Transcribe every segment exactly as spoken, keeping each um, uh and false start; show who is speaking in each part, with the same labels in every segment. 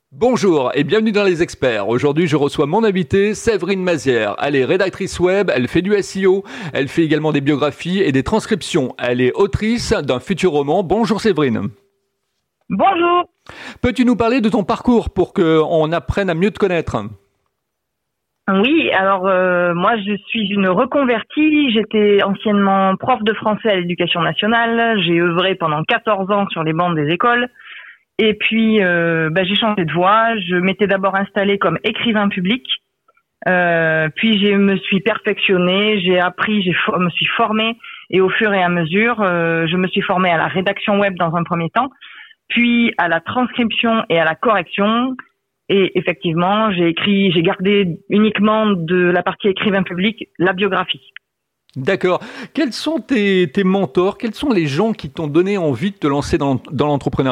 Speaker 1: Bonjour et bienvenue dans Les Experts. Aujourd'hui, je reçois mon invitée, Séverine Mazière. Elle est rédactrice web, elle fait du S E O, elle fait également des biographies et des transcriptions. Elle est autrice d'un futur roman. Bonjour Séverine.
Speaker 2: Bonjour.
Speaker 1: Peux-tu nous parler de ton parcours pour qu'on apprenne à mieux te connaître ?
Speaker 2: Oui, alors euh, moi je suis une reconvertie. J'étais anciennement prof de français à l'Éducation nationale. J'ai œuvré pendant quatorze ans sur les bancs des écoles. Et puis, euh, bah, j'ai changé de voie. Je m'étais d'abord installée comme écrivain public. Euh, puis, je me suis perfectionnée, j'ai appris, je for- me suis formée. Et au fur et à mesure, euh, je me suis formée à la rédaction web dans un premier temps, puis à la transcription et à la correction. Et effectivement, j'ai écrit, j'ai gardé uniquement de la partie écrivain public la biographie.
Speaker 1: D'accord. Quels sont tes, tes mentors ? Quels sont les gens qui t'ont donné envie de te lancer dans, dans l'entrepreneuriat ?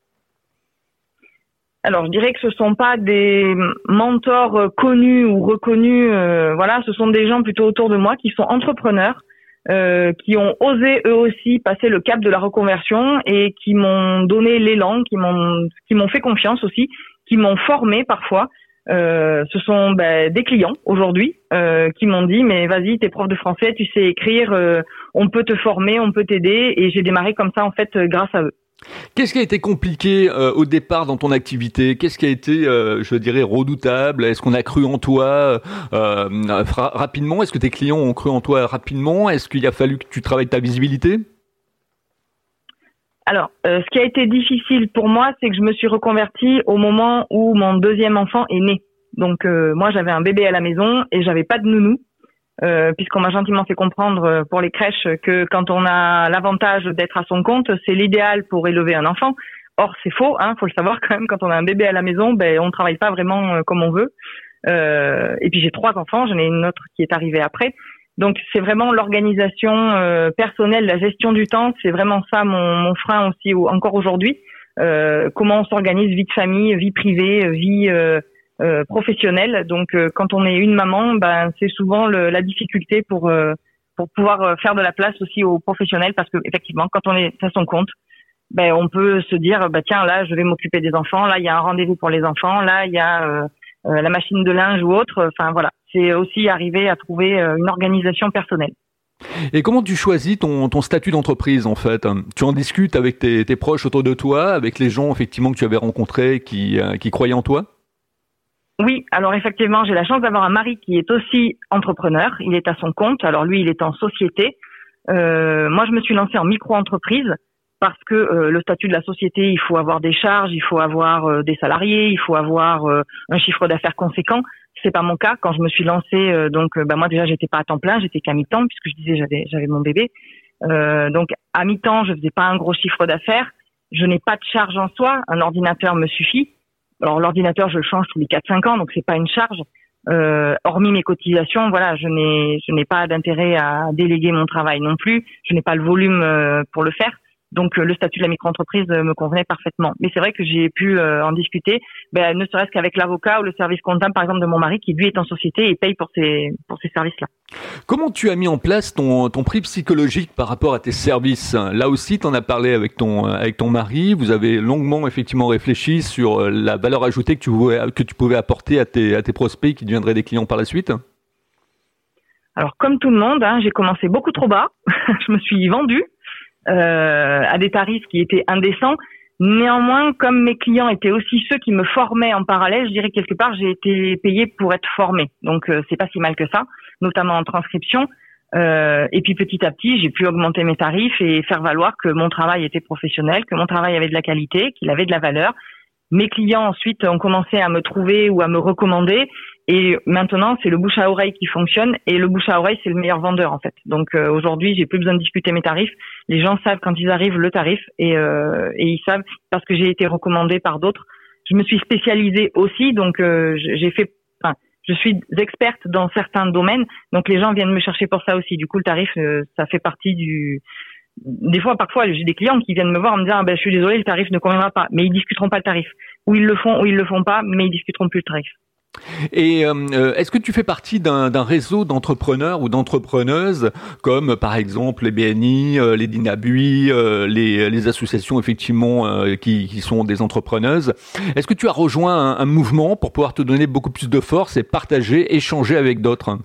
Speaker 2: Alors, je dirais que ce sont pas des mentors euh, connus ou reconnus. Euh, voilà, ce sont des gens plutôt autour de moi qui sont entrepreneurs, euh, qui ont osé eux aussi passer le cap de la reconversion et qui m'ont donné l'élan, qui m'ont, qui m'ont fait confiance aussi, qui m'ont formé parfois. Euh, ce sont ben, des clients aujourd'hui euh, qui m'ont dit mais vas-y, t'es prof de français, tu sais écrire, euh, on peut te former, on peut t'aider. Et j'ai démarré comme ça en fait euh, grâce à eux.
Speaker 1: Qu'est-ce qui a été compliqué euh, au départ dans ton activité ? Qu'est-ce qui a été, euh, je dirais, redoutable ? Est-ce qu'on a cru en toi euh, fra- rapidement ? Est-ce que tes clients ont cru en toi rapidement ? Est-ce qu'il a fallu que tu travailles ta visibilité ?
Speaker 2: Alors, euh, ce qui a été difficile pour moi, c'est que je me suis reconvertie au moment où mon deuxième enfant est né. Donc, euh, moi, j'avais un bébé à la maison et j'avais pas de nounou. Euh, puisqu'on m'a gentiment fait comprendre pour les crèches que quand on a l'avantage d'être à son compte, c'est l'idéal pour élever un enfant. Or, c'est faux, hein, faut le savoir quand même. Quand on a un bébé à la maison, ben on travaille pas vraiment comme on veut. Euh, et puis j'ai trois enfants, j'en ai une autre qui est arrivée après. Donc c'est vraiment l'organisation euh, personnelle, la gestion du temps, c'est vraiment ça mon, mon frein aussi encore aujourd'hui. Euh, comment on s'organise vie de famille, vie privée, vie euh, Euh, professionnelle. Donc, euh, quand on est une maman, ben c'est souvent le, la difficulté pour euh, pour pouvoir euh, faire de la place aussi aux professionnels, parce que effectivement, quand on est à son compte, ben on peut se dire, bah tiens, là, je vais m'occuper des enfants. Là, il y a un rendez-vous pour les enfants. Là, il y a euh, euh, la machine de linge ou autre. Enfin voilà, c'est aussi arriver à trouver euh, une organisation personnelle.
Speaker 1: Et comment tu choisis ton, ton statut d'entreprise en fait ? Tu en discutes avec tes, tes proches autour de toi, avec les gens effectivement que tu avais rencontrés qui euh, qui croyaient en toi ?
Speaker 2: Oui, alors effectivement, j'ai la chance d'avoir un mari qui est aussi entrepreneur. Il est à son compte. Alors lui, il est en société. Euh, moi, je me suis lancée en micro-entreprise parce que euh, le statut de la société, il faut avoir des charges, il faut avoir euh, des salariés, il faut avoir euh, un chiffre d'affaires conséquent. C'est pas mon cas. Quand je me suis lancée, euh, donc, euh, bah moi déjà, j'étais pas à temps plein, j'étais qu'à mi-temps puisque je disais j'avais j'avais mon bébé. Euh, donc à mi-temps, je faisais pas un gros chiffre d'affaires. Je n'ai pas de charge en soi. Un ordinateur me suffit. Alors l'ordinateur, je le change tous les quatre cinq ans, donc c'est pas une charge. Euh, hormis mes cotisations, voilà, je n'ai je n'ai pas d'intérêt à déléguer mon travail non plus. Je n'ai pas le volume euh, pour le faire. Donc euh, le statut de la micro-entreprise euh, me convenait parfaitement. Mais c'est vrai que j'ai pu euh, en discuter, ben, ne serait-ce qu'avec l'avocat ou le service comptable, par exemple, de mon mari, qui lui est en société et paye pour ces pour ces services-là.
Speaker 1: Comment tu as mis en place ton, ton prix psychologique par rapport à tes services ? Là aussi, tu en as parlé avec ton, avec ton mari. Vous avez longuement effectivement réfléchi sur la valeur ajoutée que tu pouvais, que tu pouvais apporter à tes, à tes prospects qui deviendraient des clients par la suite ?
Speaker 2: Alors comme tout le monde, hein, j'ai commencé beaucoup trop bas. Je me suis vendue euh, à des tarifs qui étaient indécents. Néanmoins, comme mes clients étaient aussi ceux qui me formaient en parallèle, je dirais que quelque part j'ai été payée pour être formée. Donc euh, c'est pas si mal que ça, notamment en transcription. Euh, et puis petit à petit, j'ai pu augmenter mes tarifs et faire valoir que mon travail était professionnel, que mon travail avait de la qualité, qu'il avait de la valeur. Mes clients ensuite ont commencé à me trouver ou à me recommander. Et maintenant, c'est le bouche à oreille qui fonctionne. Et le bouche à oreille, c'est le meilleur vendeur, en fait. Donc euh, aujourd'hui, j'ai plus besoin de discuter mes tarifs. Les gens savent quand ils arrivent le tarif. Et, euh, et ils savent, parce que j'ai été recommandée par d'autres. Je me suis spécialisée aussi. Donc euh, j'ai fait... Enfin, je suis experte dans certains domaines. Donc les gens viennent me chercher pour ça aussi. Du coup, le tarif, euh, ça fait partie du... Des fois, parfois, j'ai des clients qui viennent me voir en me disant ah, ben, « je suis désolé, le tarif ne conviendra pas ». Mais ils discuteront pas le tarif. Ou ils le font, ou ils le font pas, mais ils discuteront plus le tarif.
Speaker 1: Et euh, est-ce que tu fais partie d'un, d'un réseau d'entrepreneurs ou d'entrepreneuses comme par exemple les B N I, euh, les Dinabui, euh, les, les associations effectivement euh, qui, qui sont des entrepreneuses? Est-ce que tu as rejoint un, un mouvement pour pouvoir te donner beaucoup plus de force et partager, échanger avec d'autres?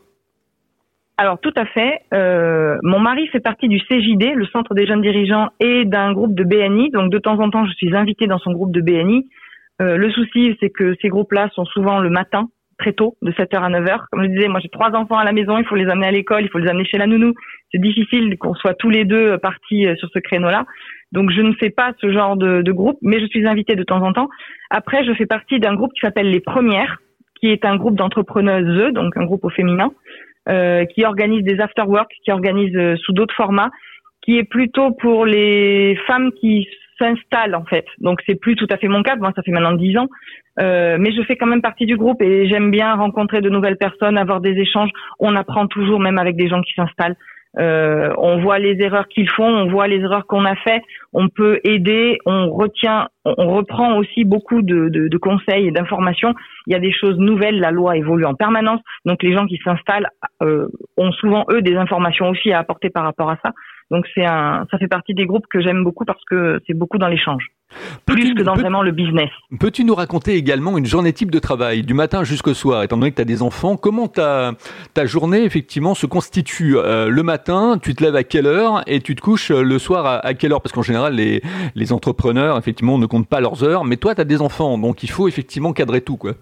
Speaker 2: Alors tout à fait. Euh, mon mari fait partie du C J D, le Centre des jeunes dirigeants, et d'un groupe de B N I. Donc de temps en temps, je suis invitée dans son groupe de B N I. Euh, le souci, c'est que ces groupes-là sont souvent le matin, très tôt, de sept heures à neuf heures. Comme je disais, moi j'ai trois enfants à la maison, il faut les amener à l'école, il faut les amener chez la nounou. C'est difficile qu'on soit tous les deux partis sur ce créneau-là. Donc je ne fais pas ce genre de, de groupe, mais je suis invitée de temps en temps. Après, je fais partie d'un groupe qui s'appelle Les Premières, qui est un groupe d'entrepreneuses, donc un groupe au féminin, euh, qui organise des after-work, qui organise euh, sous d'autres formats, qui est plutôt pour les femmes qui s'installent en fait. Donc c'est plus tout à fait mon cas, moi ça fait maintenant dix ans, euh, mais je fais quand même partie du groupe et j'aime bien rencontrer de nouvelles personnes, avoir des échanges. On apprend toujours, même avec des gens qui s'installent. Euh, on voit les erreurs qu'ils font, on voit les erreurs qu'on a fait, on peut aider, on retient, on reprend aussi beaucoup de, de, de conseils et d'informations. Il y a des choses nouvelles, la loi évolue en permanence, donc les gens qui s'installent euh, ont souvent eux des informations aussi à apporter par rapport à ça. Donc c'est un, ça fait partie des groupes que j'aime beaucoup parce que c'est beaucoup dans l'échange, plus que dans peux, vraiment le business.
Speaker 1: Peux-tu nous raconter également une journée type de travail, du matin jusqu'au soir, étant donné que tu as des enfants, comment ta, ta journée effectivement se constitue? euh, Le matin, tu te lèves à quelle heure et tu te couches le soir à, à quelle heure? Parce qu'en général, les, les entrepreneurs effectivement ne comptent pas leurs heures, mais toi tu as des enfants, donc il faut effectivement cadrer tout, quoi.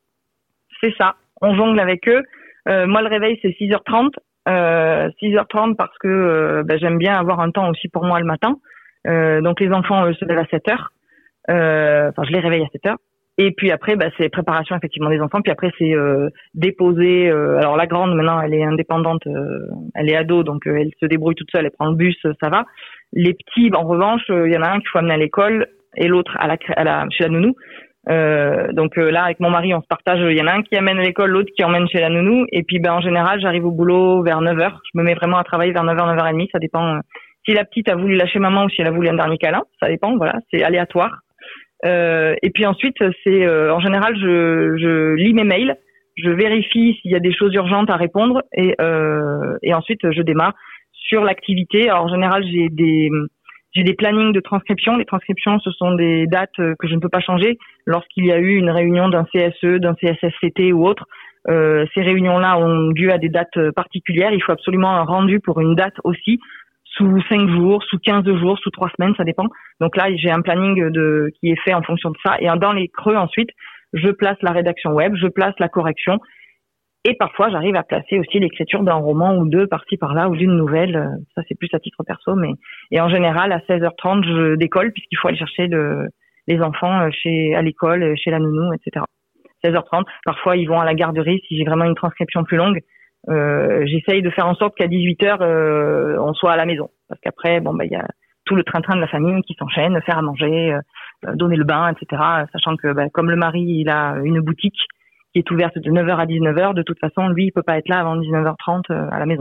Speaker 2: C'est ça, on jongle avec eux. Euh, moi le réveil c'est six heures trente. Euh, six heures trente parce que euh, ben, j'aime bien avoir un temps aussi pour moi le matin. Euh, donc les enfants eux, se lèvent à sept heures. Euh, enfin, je les réveille à sept heures. Et puis après, ben, c'est préparation effectivement des enfants. Puis après, c'est euh, déposer. Euh, alors la grande maintenant, elle est indépendante, euh, elle est ado, donc euh, elle se débrouille toute seule. Elle prend le bus, ça va. Les petits, en revanche, il euh, y en a un qu'il faut amener à l'école et l'autre à la, à la chez la nounou. Euh, donc euh, là avec mon mari on se partage, il y en a un qui amène à l'école, l'autre qui emmène chez la nounou et puis ben en général j'arrive au boulot vers neuf heures, je me mets vraiment à travailler vers neuf heures, neuf heures trente, ça dépend euh, si la petite a voulu lâcher maman ou si elle a voulu un dernier câlin, ça dépend, voilà, c'est aléatoire. Euh, et puis ensuite c'est euh, en général je, je lis mes mails, je vérifie s'il y a des choses urgentes à répondre et, euh, et ensuite je démarre sur l'activité. Alors en général j'ai des J'ai des plannings de transcription. Les transcriptions, ce sont des dates que je ne peux pas changer. Lorsqu'il y a eu une réunion d'un C S E, d'un C S S C T ou autre, euh, ces réunions-là ont lieu à des dates particulières. Il faut absolument un rendu pour une date aussi, sous cinq jours, sous quinze jours, sous trois semaines, ça dépend. Donc là, j'ai un planning de, qui est fait en fonction de ça. Et dans les creux, ensuite, je place la rédaction web, je place la correction. Et parfois, j'arrive à placer aussi l'écriture d'un roman ou deux, par-ci, par-là, ou d'une nouvelle. Ça, c'est plus à titre perso. Mais et en général, à seize heures trente, je décolle puisqu'il faut aller chercher le, les enfants chez, à l'école, chez la nounou, et cetera. seize heures trente. Parfois, ils vont à la garderie si j'ai vraiment une transcription plus longue. Euh, j'essaye de faire en sorte qu'à dix-huit heures, euh, on soit à la maison. Parce qu'après, bon, bah, il y a tout le train-train de la famille qui s'enchaîne, faire à manger, euh, donner le bain, et cetera. Sachant que, bah, comme le mari, il a une boutique qui est ouverte de neuf heures à dix-neuf heures. De toute façon, lui, il peut pas être là avant dix-neuf heures trente à la maison.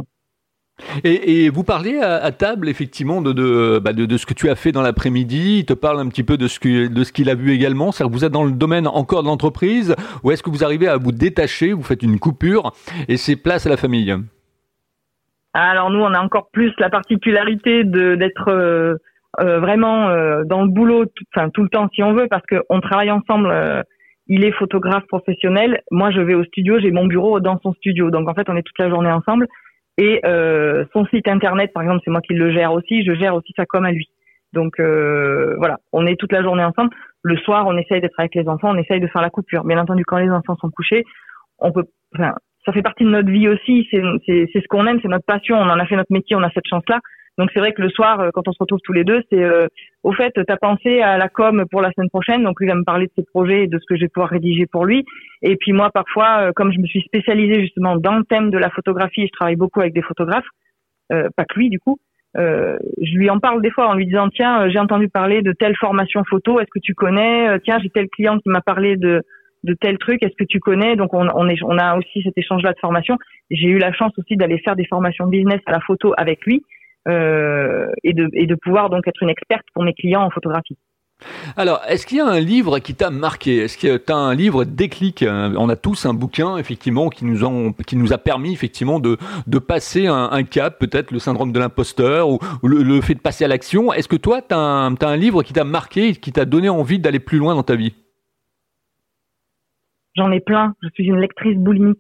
Speaker 1: Et, et vous parlez à, à table, effectivement, de, de, bah de, de ce que tu as fait dans l'après-midi. Il te parle un petit peu de ce, que, de ce qu'il a vu également. C'est-à-dire que vous êtes dans le domaine encore de l'entreprise ou est-ce que vous arrivez à vous détacher, vous faites une coupure et c'est place à la famille?
Speaker 2: Alors nous, on a encore plus la particularité de, d'être euh, euh, vraiment euh, dans le boulot tout, enfin, tout le temps si on veut parce qu'on travaille ensemble. Euh, Il est photographe professionnel. Moi, je vais au studio. J'ai mon bureau dans son studio. Donc, en fait, on est toute la journée ensemble. Et euh, son site internet, par exemple, c'est moi qui le gère aussi. Je gère aussi sa com à lui. Donc, euh, voilà, on est toute la journée ensemble. Le soir, on essaye d'être avec les enfants. On essaye de faire la coupure. Bien entendu, quand les enfants sont couchés, on peut. Enfin, ça fait partie de notre vie aussi. C'est, c'est, c'est ce qu'on aime. C'est notre passion. On en a fait notre métier. On a cette chance-là. Donc c'est vrai que le soir, quand on se retrouve tous les deux, c'est euh, au fait, t'as pensé à la com pour la semaine prochaine, donc lui il va me parler de ses projets et de ce que je vais pouvoir rédiger pour lui. Et puis moi, parfois, comme je me suis spécialisée justement dans le thème de la photographie, et je travaille beaucoup avec des photographes, euh, pas que lui du coup, euh, je lui en parle des fois en lui disant tiens, j'ai entendu parler de telle formation photo, est-ce que tu connais? Tiens, j'ai tel client qui m'a parlé de de tel truc, est-ce que tu connais? Donc on, on, est, on a aussi cet échange-là de formation. J'ai eu la chance aussi d'aller faire des formations business à la photo avec lui. Euh, et de et de pouvoir donc être une experte pour mes clients en photographie.
Speaker 1: Alors, est-ce qu'il y a un livre qui t'a marqué? Est-ce que tu as un livre déclic? On a tous un bouquin, effectivement, qui nous, ont, qui nous a permis, effectivement, de, de passer un, un cap, peut-être le syndrome de l'imposteur ou, ou le, le fait de passer à l'action. Est-ce que toi, tu as un, t'as un livre qui t'a marqué, qui t'a donné envie d'aller plus loin dans ta vie?
Speaker 2: J'en ai plein. Je suis une lectrice boulimique.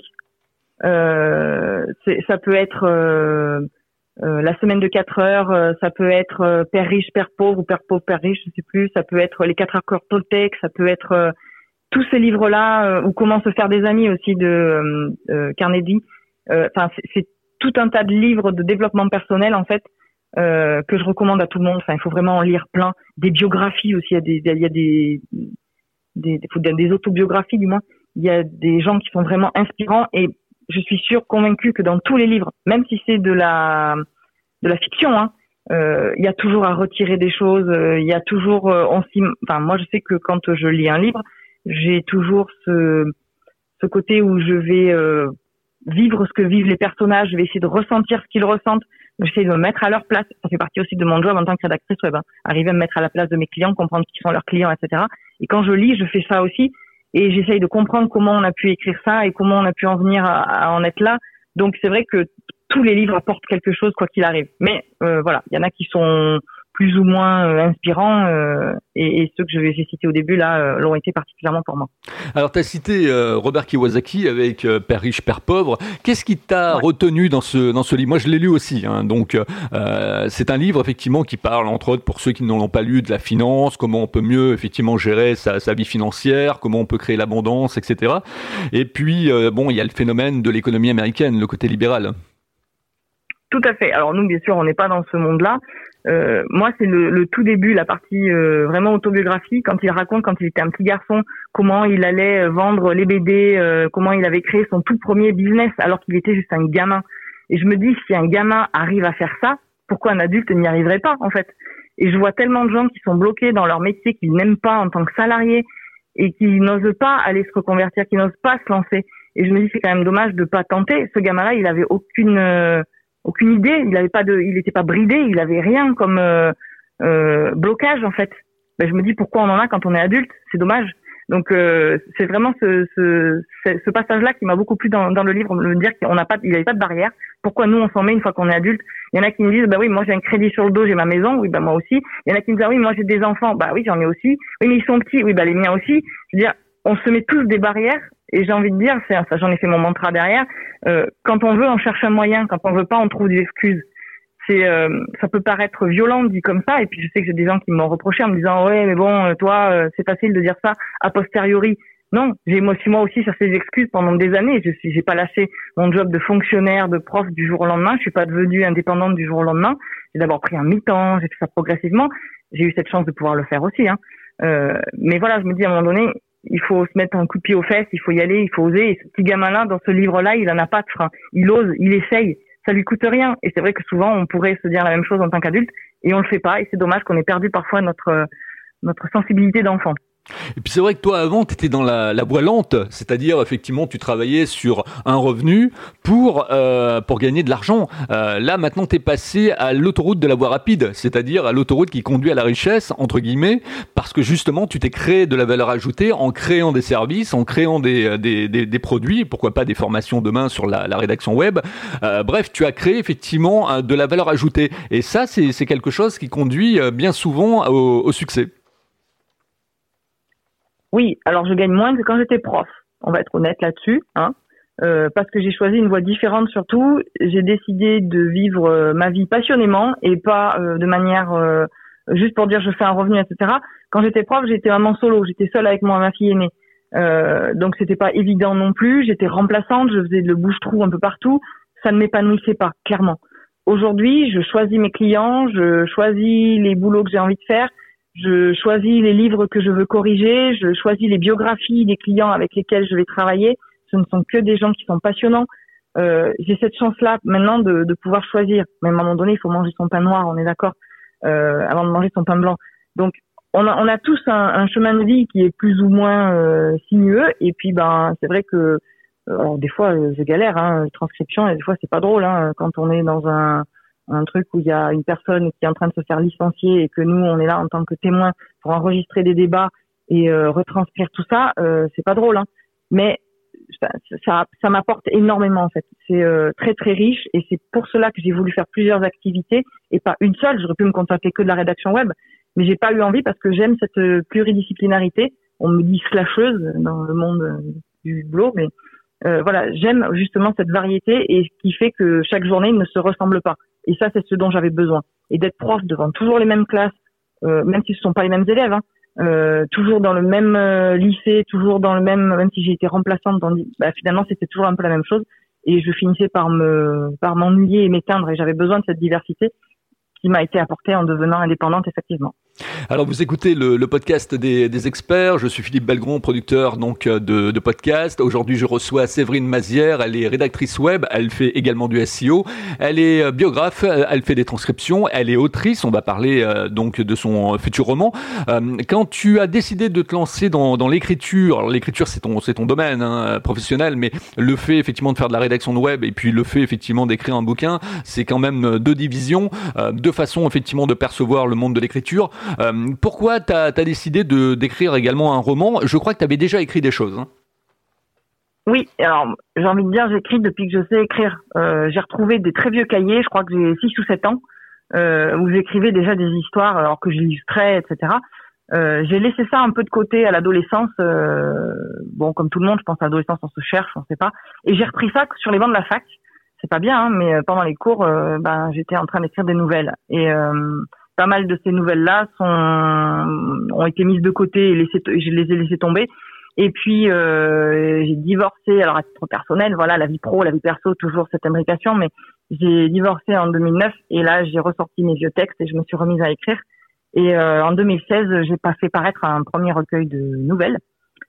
Speaker 2: Euh, c'est, ça peut être... Euh, Euh, la semaine de quatre heures, euh, ça peut être euh, Père riche, Père pauvre ou Père pauvre, Père riche, je sais plus. Ça peut être les quatre accords Toltec, ça peut être euh, tous ces livres-là euh, ou Comment se faire des amis aussi de euh, euh, Carnegie. Enfin, euh, c'est, c'est tout un tas de livres de développement personnel en fait euh, que je recommande à tout le monde. Enfin, il faut vraiment en lire plein. Des biographies aussi, il y a des, il y a des, des, des, des autobiographies du moins. Il y a des gens qui sont vraiment inspirants et je suis sûre, convaincue que dans tous les livres, même si c'est de la de la fiction, hein, euh, il y a toujours à retirer des choses. Euh, il y a toujours, euh, on s'y, enfin moi je sais que quand je lis un livre, j'ai toujours ce ce côté où je vais euh, vivre ce que vivent les personnages, je vais essayer de ressentir ce qu'ils ressentent, j'essaie de me mettre à leur place. Ça fait partie aussi de mon job en tant que rédactrice web, hein, arriver à me mettre à la place de mes clients, comprendre qui sont leurs clients, et cetera. Et quand je lis, je fais ça aussi. Et j'essaye de comprendre comment on a pu écrire ça et comment on a pu en venir à, à en être là. Donc c'est vrai que tous les livres apportent quelque chose quoi qu'il arrive. Mais euh, voilà, il y en a qui sont plus ou moins euh, inspirants euh, et, et ceux que je vais j'ai cités au début là euh, l'ont été particulièrement pour moi.
Speaker 1: Alors tu as cité euh, Robert Kiyosaki avec euh, Père riche, Père pauvre. Qu'est-ce qui t'a ouais. retenu dans ce dans ce livre? Moi je l'ai lu aussi, hein, donc euh, c'est un livre effectivement qui parle entre autres pour ceux qui ne l'ont pas lu de la finance, comment on peut mieux effectivement gérer sa, sa vie financière, comment on peut créer l'abondance, et cetera. Et puis euh, bon il y a le phénomène de l'économie américaine, le côté libéral.
Speaker 2: Tout à fait. Alors nous bien sûr on n'est pas dans ce monde-là. Euh, moi, c'est le, le tout début, la partie euh, vraiment autobiographie, quand il raconte quand il était un petit garçon, comment il allait vendre les B D, euh, comment il avait créé son tout premier business alors qu'il était juste un gamin. Et je me dis, si un gamin arrive à faire ça, pourquoi un adulte n'y arriverait pas, en fait? Et je vois tellement de gens qui sont bloqués dans leur métier, qu'ils n'aiment pas en tant que salariés et qui n'osent pas aller se reconvertir, qui n'osent pas se lancer. Et je me dis, c'est quand même dommage de pas tenter. Ce gamin-là, il avait aucune... Euh, aucune idée, il avait pas de, il était pas bridé, il avait rien comme euh, euh, blocage en fait. Ben, je me dis pourquoi on en a quand on est adulte, c'est dommage. Donc euh, c'est vraiment ce, ce, ce passage-là qui m'a beaucoup plu dans, dans le livre, me dire qu'on n'a pas, il avait pas de barrière. Pourquoi nous on s'en met une fois qu'on est adulte? Il y en a qui me disent bah oui moi j'ai un crédit sur le dos, j'ai ma maison, oui bah moi aussi. Il y en a qui me disent ah oui moi j'ai des enfants, bah oui j'en ai aussi. Oui mais ils sont petits, oui bah les miens aussi. Je veux dire on se met tous des barrières. Et j'ai envie de dire, c'est ça, j'en ai fait mon mantra derrière. Euh, quand on veut, on cherche un moyen. Quand on veut pas, on trouve des excuses. C'est, euh, ça peut paraître violent dit comme ça. Et puis je sais que j'ai des gens qui m'ont reproché en me disant ouais, mais bon, toi, euh, c'est facile de dire ça a posteriori. Non, j'ai moi aussi moi aussi cherché des excuses pendant des années. Je suis, j'ai pas lâché mon job de fonctionnaire, de prof du jour au lendemain. Je suis pas devenue indépendante du jour au lendemain. J'ai d'abord pris un mi-temps, j'ai fait ça progressivement. J'ai eu cette chance de pouvoir le faire aussi. Hein. Euh, mais voilà, je me dis à un moment donné. Il faut se mettre un coup de pied aux fesses, il faut y aller, il faut oser. Et ce petit gamin-là, dans ce livre-là, il en a pas de frein. Il ose, il essaye. Ça lui coûte rien. Et c'est vrai que souvent, on pourrait se dire la même chose en tant qu'adulte, et on le fait pas. Et c'est dommage qu'on ait perdu parfois notre notre sensibilité d'enfant.
Speaker 1: Et puis c'est vrai que toi avant tu étais dans la, la voie lente, c'est-à-dire effectivement tu travaillais sur un revenu pour euh, pour gagner de l'argent. Euh, là maintenant tu es passé à l'autoroute de la voie rapide, c'est-à-dire à l'autoroute qui conduit à la richesse entre guillemets, parce que justement tu t'es créé de la valeur ajoutée en créant des services, en créant des des des, des produits, pourquoi pas des formations demain sur la, la rédaction web. Euh, bref, tu as créé effectivement de la valeur ajoutée et ça c'est c'est quelque chose qui conduit bien souvent au, au succès.
Speaker 2: Oui, alors je gagne moins que quand j'étais prof. On va être honnête là-dessus, hein, euh, parce que j'ai choisi une voie différente. Surtout, j'ai décidé de vivre euh, ma vie passionnément et pas euh, de manière euh, juste pour dire je fais un revenu, et cetera. Quand j'étais prof, j'étais maman solo, j'étais seule avec moi, ma fille aînée, euh, donc c'était pas évident non plus. J'étais remplaçante, je faisais le bouche-trou un peu partout. Ça ne m'épanouissait pas, clairement. Aujourd'hui, je choisis mes clients, je choisis les boulots que j'ai envie de faire. Je choisis les livres que je veux corriger, je choisis les biographies des clients avec lesquels je vais travailler. Ce ne sont que des gens qui sont passionnants. Euh, j'ai cette chance-là maintenant de, de pouvoir choisir. Même à un moment donné, il faut manger son pain noir, on est d'accord, euh, avant de manger son pain blanc. Donc, on a, on a tous un, un chemin de vie qui est plus ou moins euh, sinueux. Et puis, ben, c'est vrai que, euh, alors des fois, je galère. Hein, les transcriptions, et des fois, c'est pas drôle. Hein, quand on est dans un un truc où il y a une personne qui est en train de se faire licencier et que nous, on est là en tant que témoins pour enregistrer des débats et euh, retranscrire tout ça, euh, c'est pas drôle, hein. Mais ça, ça, ça m'apporte énormément en fait. C'est euh, très très riche et c'est pour cela que j'ai voulu faire plusieurs activités et pas une seule. J'aurais pu me contenter que de la rédaction web, mais j'ai pas eu envie parce que j'aime cette pluridisciplinarité. On me dit slasheuse dans le monde du boulot, mais euh, voilà, j'aime justement cette variété et ce qui fait que chaque journée ne se ressemble pas. Et ça, c'est ce dont j'avais besoin. Et d'être prof devant toujours les mêmes classes, euh, même si ce sont pas les mêmes élèves, hein, euh, toujours dans le même euh, lycée, toujours dans le même, même si j'ai été remplaçante, dans, bah, finalement, c'était toujours un peu la même chose. Et je finissais par me, par m'ennuyer et m'éteindre. Et j'avais besoin de cette diversité qui m'a été apportée en devenant indépendante, effectivement.
Speaker 1: Alors, vous écoutez le, le podcast des, des experts. Je suis Philippe Belgron, producteur donc de, de podcast. Aujourd'hui, je reçois Séverine Mazière. Elle est rédactrice web. Elle fait également du S E O. Elle est biographe. Elle fait des transcriptions. Elle est autrice. On va parler euh, donc de son futur roman. Euh, quand tu as décidé de te lancer dans, dans l'écriture, alors l'écriture c'est ton c'est ton domaine hein, professionnel, mais le fait effectivement de faire de la rédaction de web et puis le fait effectivement d'écrire un bouquin, c'est quand même deux divisions, euh, deux façons effectivement de percevoir le monde de l'écriture. Euh, pourquoi tu as décidé de d'écrire également un roman? Je crois que tu avais déjà écrit des choses. Hein.
Speaker 2: Oui, alors j'ai envie de dire j'écris depuis que je sais écrire. Euh, j'ai retrouvé des très vieux cahiers, je crois que j'ai six ou sept ans, euh, où j'écrivais déjà des histoires alors que j'illustrais, et cetera. Euh, j'ai laissé ça un peu de côté à l'adolescence. Euh, bon, comme tout le monde, je pense à l'adolescence, on se cherche, on sait pas. Et j'ai repris ça sur les bancs de la fac. C'est pas bien, hein, mais pendant les cours, euh, ben j'étais en train d'écrire des nouvelles. Et euh, pas mal de ces nouvelles-là sont ont été mises de côté et laissées, je les ai laissées tomber. Et puis euh, j'ai divorcé, alors à titre personnel, voilà, la vie pro, la vie perso, toujours cette imbrication, mais j'ai divorcé en deux mille neuf et là j'ai ressorti mes vieux textes et je me suis remise à écrire. Et euh, en deux mille seize, j'ai pas fait paraître un premier recueil de nouvelles.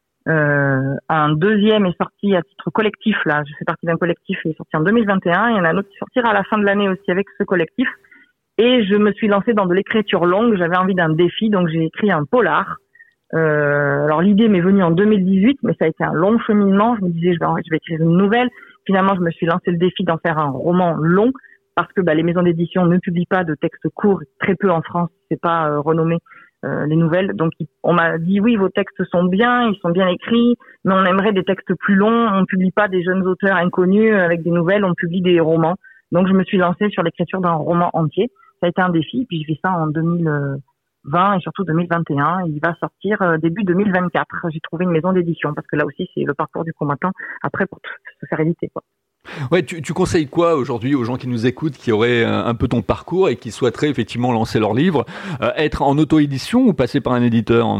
Speaker 2: Euh, un deuxième est sorti à titre collectif, là, je fais partie d'un collectif, il est sorti en deux mille vingt et un. Il y en a un autre qui sortira à la fin de l'année aussi avec ce collectif. Et je me suis lancée dans de l'écriture longue, j'avais envie d'un défi, donc j'ai écrit un polar. Euh, alors l'idée m'est venue en deux mille dix-huit, mais ça a été un long cheminement. Je me disais, je vais, je vais écrire une nouvelle. Finalement, je me suis lancé le défi d'en faire un roman long, parce que bah, les maisons d'édition ne publient pas de textes courts, très peu en France, c'est pas euh, renommé euh, les nouvelles. Donc on m'a dit oui, vos textes sont bien, ils sont bien écrits, mais on aimerait des textes plus longs. On ne publie pas des jeunes auteurs inconnus avec des nouvelles, on publie des romans. Donc je me suis lancée sur l'écriture d'un roman entier. Ça a été un défi, puis je fais ça en deux mille vingt et surtout deux mille vingt et un. Il va sortir euh, début deux mille vingt-quatre. J'ai trouvé une maison d'édition parce que là aussi c'est le parcours du combattant après pour se faire éditer, quoi.
Speaker 1: Ouais, tu, tu conseilles quoi aujourd'hui aux gens qui nous écoutent, qui auraient un peu ton parcours et qui souhaiteraient effectivement lancer leur livre, euh, être en auto-édition ou passer par un éditeur?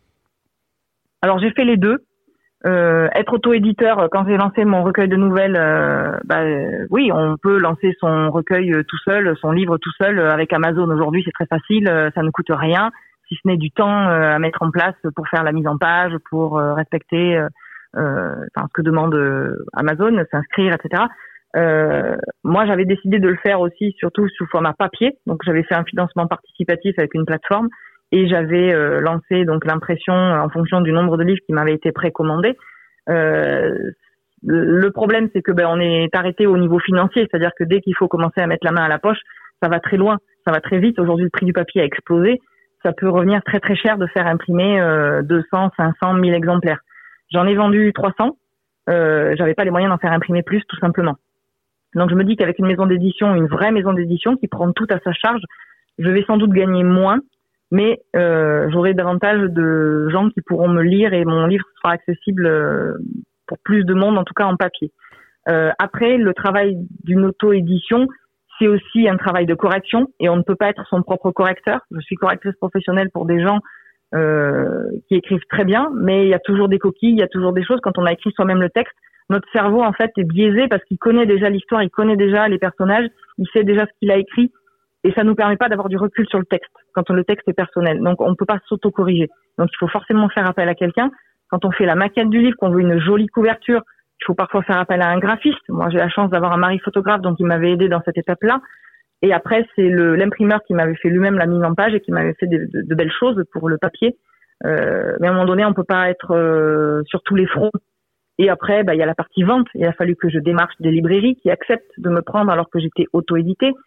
Speaker 2: Alors j'ai fait les deux. Euh, être auto-éditeur, quand j'ai lancé mon recueil de nouvelles, euh, bah, euh, oui, on peut lancer son recueil tout seul, son livre tout seul avec Amazon. Aujourd'hui, c'est très facile, ça ne coûte rien, si ce n'est du temps euh, à mettre en place pour faire la mise en page, pour euh, respecter euh, euh, enfin, ce que demande euh, Amazon, s'inscrire, et cetera. Euh, moi, j'avais décidé de le faire aussi, surtout sous format papier. Donc, j'avais fait un financement participatif avec une plateforme. Et j'avais euh, lancé donc l'impression en fonction du nombre de livres qui m'avaient été précommandés. Euh, le problème, c'est que ben on est arrêté au niveau financier, c'est-à-dire que dès qu'il faut commencer à mettre la main à la poche, ça va très loin, ça va très vite. Aujourd'hui, le prix du papier a explosé. Ça peut revenir très très cher de faire imprimer euh, deux cents, cinq cents, mille exemplaires. J'en ai vendu trois cents. Euh, j'avais pas les moyens d'en faire imprimer plus, tout simplement. Donc je me dis qu'avec une maison d'édition, une vraie maison d'édition qui prend tout à sa charge, je vais sans doute gagner moins. Mais euh, j'aurai davantage de gens qui pourront me lire et mon livre sera accessible euh, pour plus de monde, en tout cas en papier. Euh, après, le travail d'une auto-édition, c'est aussi un travail de correction et on ne peut pas être son propre correcteur. Je suis correctrice professionnelle pour des gens euh, qui écrivent très bien, mais il y a toujours des coquilles, il y a toujours des choses. Quand on a écrit soi-même le texte, notre cerveau en fait est biaisé parce qu'il connaît déjà l'histoire, il connaît déjà les personnages, il sait déjà ce qu'il a écrit. Et ça nous permet pas d'avoir du recul sur le texte quand le texte est personnel. Donc, on ne peut pas s'auto-corriger. Donc, il faut forcément faire appel à quelqu'un. Quand on fait la maquette du livre, qu'on veut une jolie couverture, il faut parfois faire appel à un graphiste. Moi, j'ai la chance d'avoir un mari photographe, donc il m'avait aidé dans cette étape-là. Et après, c'est le, l'imprimeur qui m'avait fait lui-même la mise en page et qui m'avait fait de, de, de belles choses pour le papier. Euh, mais à un moment donné, on peut pas être euh, sur tous les fronts. Et après, bah, il y a la partie vente. Il a fallu que je démarche des librairies qui acceptent de me prendre alors que j'étais auto-éditée,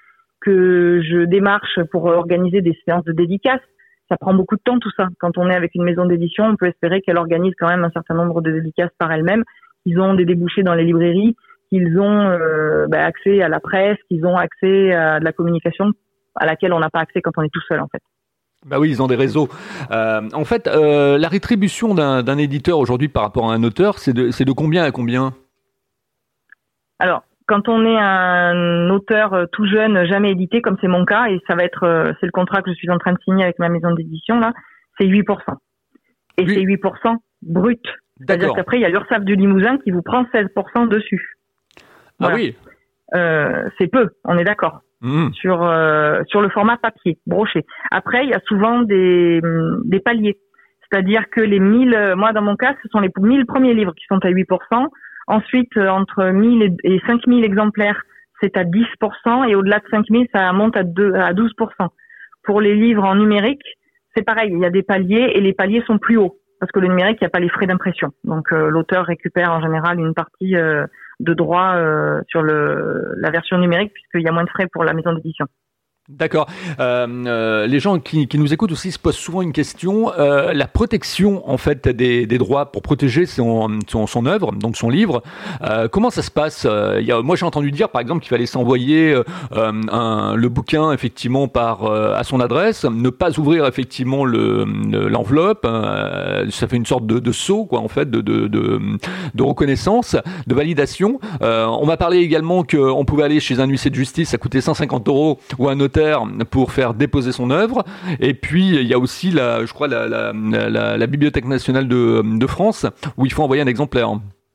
Speaker 2: que je démarche pour organiser des séances de dédicaces. Ça prend beaucoup de temps tout ça. Quand on est avec une maison d'édition, on peut espérer qu'elle organise quand même un certain nombre de dédicaces par elle-même, qu'ils ont des débouchés dans les librairies, qu'ils ont euh, bah, accès à la presse, qu'ils ont accès à de la communication à laquelle on n'a pas accès quand on est tout seul en fait.
Speaker 1: Bah oui, ils ont des réseaux. Euh, en fait, euh, la rétribution d'un, d'un éditeur aujourd'hui par rapport à un auteur, c'est de, c'est de combien à combien ?
Speaker 2: Alors, quand on est un auteur tout jeune, jamais édité, comme c'est mon cas, et ça va être, c'est le contrat que je suis en train de signer avec ma maison d'édition là, c'est huit pour cent. Et oui. C'est huit pour cent brut. C'est-à-dire qu'après, il y a l'URSSAF du Limousin qui vous prend seize pour cent dessus. Voilà. Ah oui. Euh, c'est peu, on est d'accord. Mmh. Sur euh, sur le format papier, broché. Après, il y a souvent des des paliers. C'est-à-dire que les mille, moi dans mon cas, ce sont les mille premiers livres qui sont à huit pour cent. Ensuite, entre mille et cinq mille exemplaires, c'est à dix pour cent. Et au-delà de cinq mille, ça monte à deux à douze pour cent. Pour les livres en numérique, c'est pareil. Il y a des paliers et les paliers sont plus hauts. Parce que le numérique, il n'y a pas les frais d'impression. Donc, euh, l'auteur récupère en général une partie euh, de droit euh, sur le, la version numérique puisqu'il y a moins de frais pour la maison d'édition.
Speaker 1: D'accord. Euh, euh, les gens qui, qui nous écoutent aussi se posent souvent une question. Euh, la protection, en fait, des, des droits pour protéger son, son, son œuvre, donc son livre. Euh, comment ça se passe ? euh, y a, Moi, j'ai entendu dire, par exemple, qu'il fallait s'envoyer euh, un, le bouquin effectivement par euh, à son adresse, ne pas ouvrir effectivement le, le, l'enveloppe. Euh, ça fait une sorte de, de sceau, quoi, en fait, de, de, de, de reconnaissance, de validation. Euh, on m'a parlé également qu'on pouvait aller chez un huissier de justice, ça coûtait cent cinquante euros, ou un notaire pour faire déposer son œuvre. Et puis il y a aussi la, je crois la, la, la, la Bibliothèque nationale de, de France où il faut envoyer un exemplaire.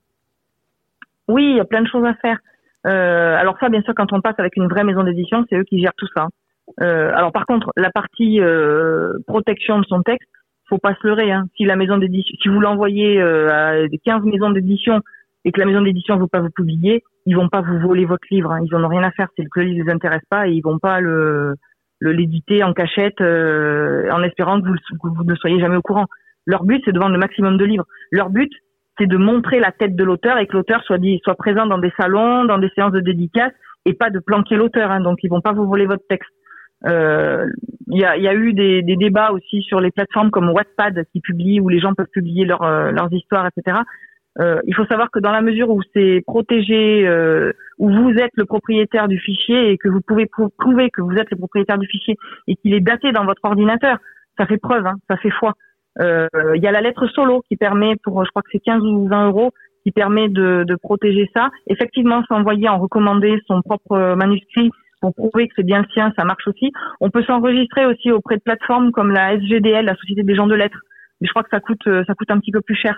Speaker 2: Oui, il y a plein de choses à faire. Euh, alors ça, bien sûr, quand on passe avec une vraie maison d'édition, c'est eux qui gèrent tout ça. Euh, alors par contre, la partie euh, protection de son texte, faut pas se leurrer. Hein. Si la maison d'édition, si vous l'envoyez euh, à quinze maisons d'édition et que la maison d'édition ne veut pas vous publier, ils vont pas vous voler votre livre. Hein. Ils en ont rien à faire. C'est que le livre les intéresse pas et ils vont pas le, le l'éditer en cachette euh, en espérant que vous, que vous ne soyez jamais au courant. Leur but, c'est de vendre le maximum de livres. Leur but, c'est de montrer la tête de l'auteur et que l'auteur soit dit, soit présent dans des salons, dans des séances de dédicaces et pas de planquer l'auteur. Hein. Donc, ils vont pas vous voler votre texte. Euh, il y a, y a eu des, des débats aussi sur les plateformes comme Wattpad qui publient, où les gens peuvent publier leur, euh, leurs histoires, et cetera. Euh, il faut savoir que dans la mesure où c'est protégé, euh, où vous êtes le propriétaire du fichier et que vous pouvez prouver que vous êtes le propriétaire du fichier et qu'il est daté dans votre ordinateur, ça fait preuve, hein, ça fait foi. Euh, il y a la lettre solo qui permet, pour je crois que c'est quinze ou vingt euros, qui permet de, de protéger ça. Effectivement, s'envoyer en recommandé son propre manuscrit pour prouver que c'est bien le sien, ça marche aussi. On peut s'enregistrer aussi auprès de plateformes comme la S G D L, la Société des gens de lettres. Mais je crois que ça coûte, ça coûte un petit peu plus cher.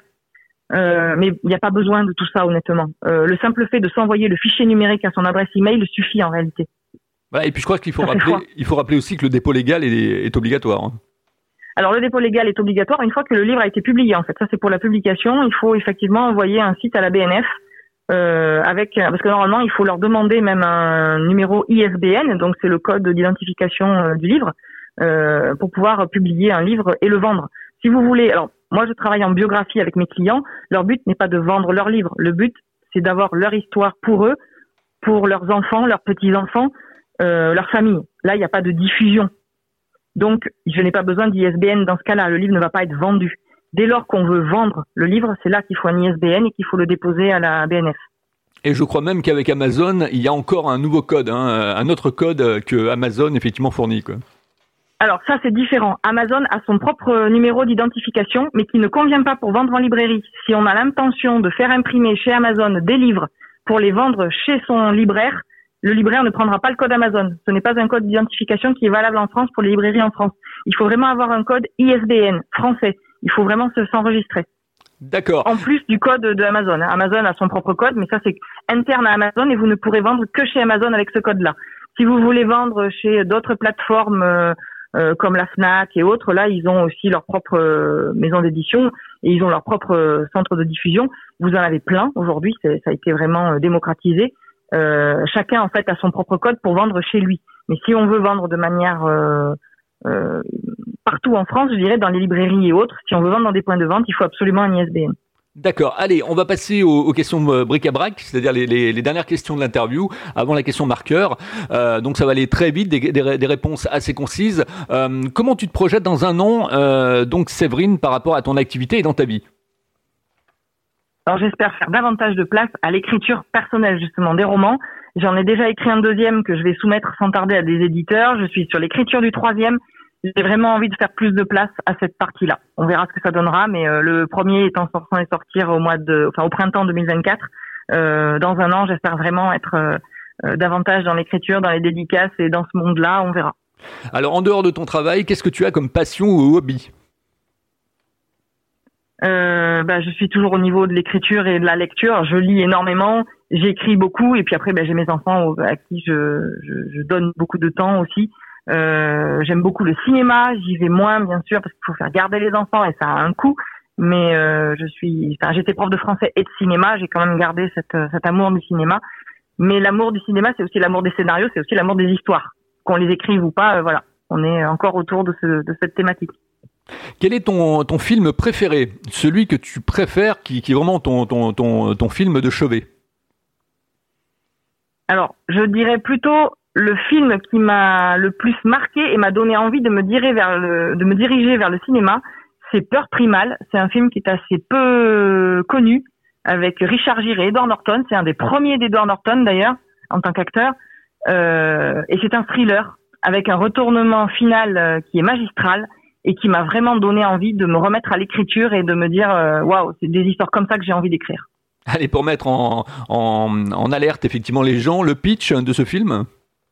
Speaker 2: Euh, mais il n'y a pas besoin de tout ça, honnêtement. Euh, le simple fait de s'envoyer le fichier numérique à son adresse email suffit en réalité.
Speaker 1: Voilà, et puis je crois qu'il faut rappeler, il faut rappeler aussi que le dépôt légal est, est obligatoire. Hein.
Speaker 2: Alors le dépôt légal est obligatoire une fois que le livre a été publié. En fait, ça c'est pour la publication. Il faut effectivement envoyer un site à la B N F euh, avec, parce que normalement il faut leur demander même un numéro I S B N, donc c'est le code d'identification euh, du livre, euh, pour pouvoir publier un livre et le vendre. Si vous voulez, alors moi je travaille en biographie avec mes clients. Leur but n'est pas de vendre leur livre. Le but c'est d'avoir leur histoire pour eux, pour leurs enfants, leurs petits enfants, euh, leur famille. Là il n'y a pas de diffusion. Donc, je n'ai pas besoin d'I S B N dans ce cas-là. Le livre ne va pas être vendu. Dès lors qu'on veut vendre le livre, c'est là qu'il faut un I S B N et qu'il faut le déposer à la B N F.
Speaker 1: Et je crois même qu'avec Amazon, il y a encore un nouveau code, hein, un autre code que Amazon effectivement fournit, quoi.
Speaker 2: Alors ça, c'est différent. Amazon a son propre numéro d'identification, mais qui ne convient pas pour vendre en librairie. Si on a l'intention de faire imprimer chez Amazon des livres pour les vendre chez son libraire, le libraire ne prendra pas le code Amazon. Ce n'est pas un code d'identification qui est valable en France pour les librairies en France. Il faut vraiment avoir un code I S B N français. Il faut vraiment se s'enregistrer.
Speaker 1: D'accord.
Speaker 2: En plus du code de Amazon. Amazon a son propre code, mais ça c'est interne à Amazon et vous ne pourrez vendre que chez Amazon avec ce code-là. Si vous voulez vendre chez d'autres plateformes euh, euh, comme la Fnac et autres, là ils ont aussi leur propre euh, maison d'édition et ils ont leur propre euh, centre de diffusion. Vous en avez plein aujourd'hui, c'est, ça a été vraiment euh, démocratisé. Euh, chacun en fait a son propre code pour vendre chez lui. Mais si on veut vendre de manière euh, euh, partout en France, je dirais dans les librairies et autres, si on veut vendre dans des points de vente, il faut absolument un I S B N.
Speaker 1: D'accord. Allez, on va passer aux, aux questions bric-à-brac, c'est-à-dire les, les, les dernières questions de l'interview, avant la question marqueur. Euh, donc ça va aller très vite, des, des, des réponses assez concises. Euh, comment tu te projettes dans un an, euh, donc Séverine, par rapport à ton activité et dans ta vie?
Speaker 2: Alors j'espère faire davantage de place à l'écriture personnelle, justement, des romans. J'en ai déjà écrit un deuxième que je vais soumettre sans tarder à des éditeurs. Je suis sur l'écriture du troisième. J'ai vraiment envie de faire plus de place à cette partie-là. On verra ce que ça donnera, mais euh, le premier est en train de sortir au mois de, enfin au printemps deux mille vingt-quatre. Euh, dans un an, j'espère vraiment être euh, euh, davantage dans l'écriture, dans les dédicaces et dans ce monde-là. On verra.
Speaker 1: Alors, en dehors de ton travail, qu'est-ce que tu as comme passion ou hobby?
Speaker 2: euh, bah, je suis toujours au niveau de l'écriture et de la lecture. Je lis énormément, j'écris beaucoup, et puis après, bah, j'ai mes enfants à qui je, je, je donne beaucoup de temps aussi. Euh, j'aime beaucoup le cinéma, j'y vais moins bien sûr parce qu'il faut faire garder les enfants et ça a un coût, mais euh, je suis, enfin j'étais prof de français et de cinéma, j'ai quand même gardé cette, cet amour du cinéma. Mais l'amour du cinéma, c'est aussi l'amour des scénarios, c'est aussi l'amour des histoires, qu'on les écrive ou pas, euh, voilà, on est encore autour de, ce, de cette thématique.
Speaker 1: Quel est ton, ton film préféré, celui que tu préfères, qui, qui est vraiment ton, ton, ton, ton film de chevet?
Speaker 2: Alors, je dirais plutôt le film qui m'a le plus marqué et m'a donné envie de me diriger vers le, de me diriger vers le cinéma, c'est Peur Primale. C'est un film qui est assez peu connu, avec Richard Gere et Edward Norton. C'est un des premiers d'Edward Norton d'ailleurs, en tant qu'acteur. Euh, et c'est un thriller avec un retournement final qui est magistral et qui m'a vraiment donné envie de me remettre à l'écriture et de me dire waouh, c'est des histoires comme ça que j'ai envie d'écrire.
Speaker 1: Allez, pour mettre en, en, en alerte effectivement les gens, le pitch de ce film.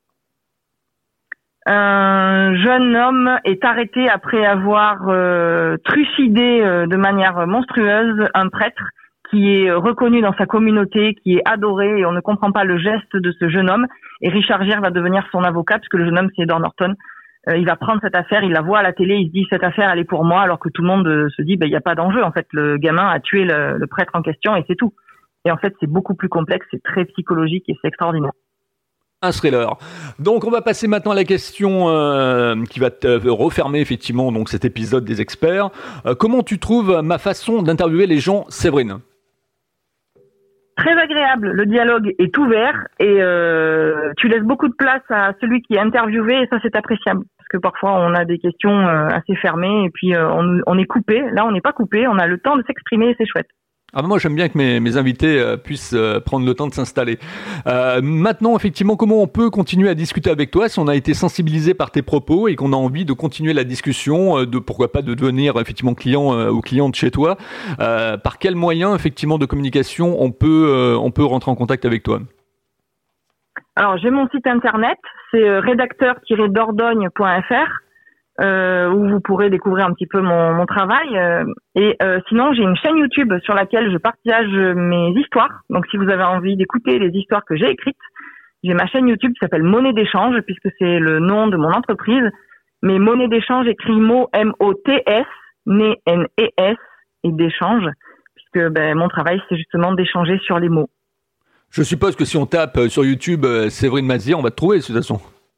Speaker 2: Un jeune homme est arrêté après avoir euh, trucidé euh, de manière monstrueuse un prêtre qui est reconnu dans sa communauté, qui est adoré, et on ne comprend pas le geste de ce jeune homme. Et Richard Gere va devenir son avocat, puisque le jeune homme, c'est Edward Norton. Euh, il va prendre cette affaire, il la voit à la télé, il se dit cette affaire, elle est pour moi, alors que tout le monde euh, se dit, ben, il n'y a pas d'enjeu. En fait, le gamin a tué le, le prêtre en question et c'est tout. Et en fait, c'est beaucoup plus complexe, c'est très psychologique et c'est extraordinaire.
Speaker 1: Un thriller. Donc on va passer maintenant à la question euh, qui va te refermer effectivement donc cet épisode des experts. Euh, comment tu trouves ma façon d'interviewer les gens, Séverine?
Speaker 2: Très agréable, le dialogue est ouvert et euh, tu laisses beaucoup de place à celui qui est interviewé et ça c'est appréciable parce que parfois on a des questions euh, assez fermées et puis euh, on, on est coupé. Là on n'est pas coupé, on a le temps de s'exprimer et c'est chouette.
Speaker 1: Ah, moi, j'aime bien que mes, mes invités euh, puissent euh, prendre le temps de s'installer. Euh, maintenant, effectivement, comment on peut continuer à discuter avec toi si on a été sensibilisé par tes propos et qu'on a envie de continuer la discussion, euh, de pourquoi pas de devenir effectivement client euh, ou cliente chez toi? euh, Par quels moyens, effectivement, de communication on peut euh, on peut rentrer en contact avec toi?
Speaker 2: Alors, j'ai mon site internet, c'est euh, rédacteur tiret dordogne point f r. Euh, où vous pourrez découvrir un petit peu mon, mon travail. Euh, et euh, sinon, j'ai une chaîne YouTube sur laquelle je partage mes histoires. Donc, si vous avez envie d'écouter les histoires que j'ai écrites, j'ai ma chaîne YouTube qui s'appelle Monnaie d'échange, puisque c'est le nom de mon entreprise. Mais Monnaie d'échange écrit mot M O T S, né N E S, et d'échange, puisque ben, mon travail, c'est justement d'échanger sur les mots.
Speaker 1: Je suppose que si on tape sur YouTube euh, Séverine Mazir, on va te trouver de toute façon.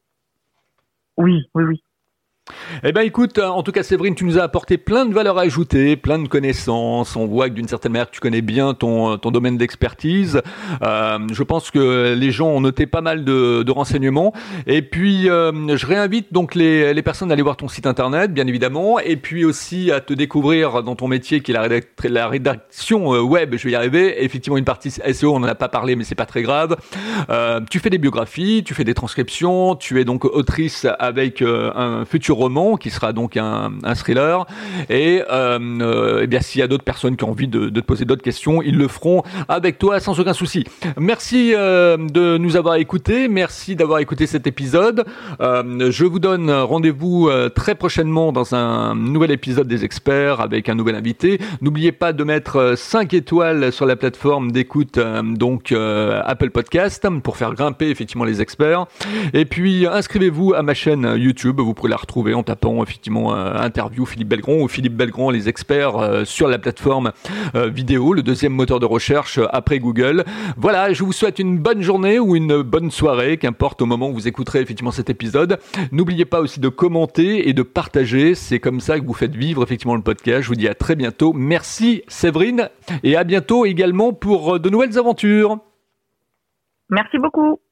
Speaker 2: Oui, oui, oui.
Speaker 1: Eh ben écoute, en tout cas Séverine, tu nous as apporté plein de valeurs ajoutées, plein de connaissances. On voit que d'une certaine manière tu connais bien ton ton domaine d'expertise. Euh, je pense que les gens ont noté pas mal de, de renseignements. Et puis euh, je réinvite donc les les personnes à aller voir ton site internet, bien évidemment, et puis aussi à te découvrir dans ton métier qui est la, rédact- la rédaction web. Je vais y arriver. Effectivement, une partie S E O, on en a pas parlé, mais c'est pas très grave. Euh, tu fais des biographies, tu fais des transcriptions, tu es donc autrice avec euh, un futur roman qui sera donc un, un thriller et, euh, euh, et bien s'il y a d'autres personnes qui ont envie de, de te poser d'autres questions, ils le feront avec toi sans aucun souci. Merci euh, de nous avoir écoutés, merci d'avoir écouté cet épisode. Euh, je vous donne rendez-vous euh, très prochainement dans un nouvel épisode des experts avec un nouvel invité. N'oubliez pas de mettre cinq étoiles sur la plateforme d'écoute euh, donc euh, Apple Podcast pour faire grimper effectivement les experts et puis inscrivez-vous à ma chaîne YouTube, vous pourrez la retrouver retrouver en tapant effectivement euh, interview Philippe Belgrand ou Philippe Belgrand, les experts euh, sur la plateforme euh, vidéo, le deuxième moteur de recherche euh, après Google. Voilà, je vous souhaite une bonne journée ou une bonne soirée, qu'importe au moment où vous écouterez effectivement cet épisode. N'oubliez pas aussi de commenter et de partager. C'est comme ça que vous faites vivre effectivement le podcast. Je vous dis à très bientôt. Merci Séverine et à bientôt également pour de nouvelles aventures.
Speaker 2: Merci beaucoup.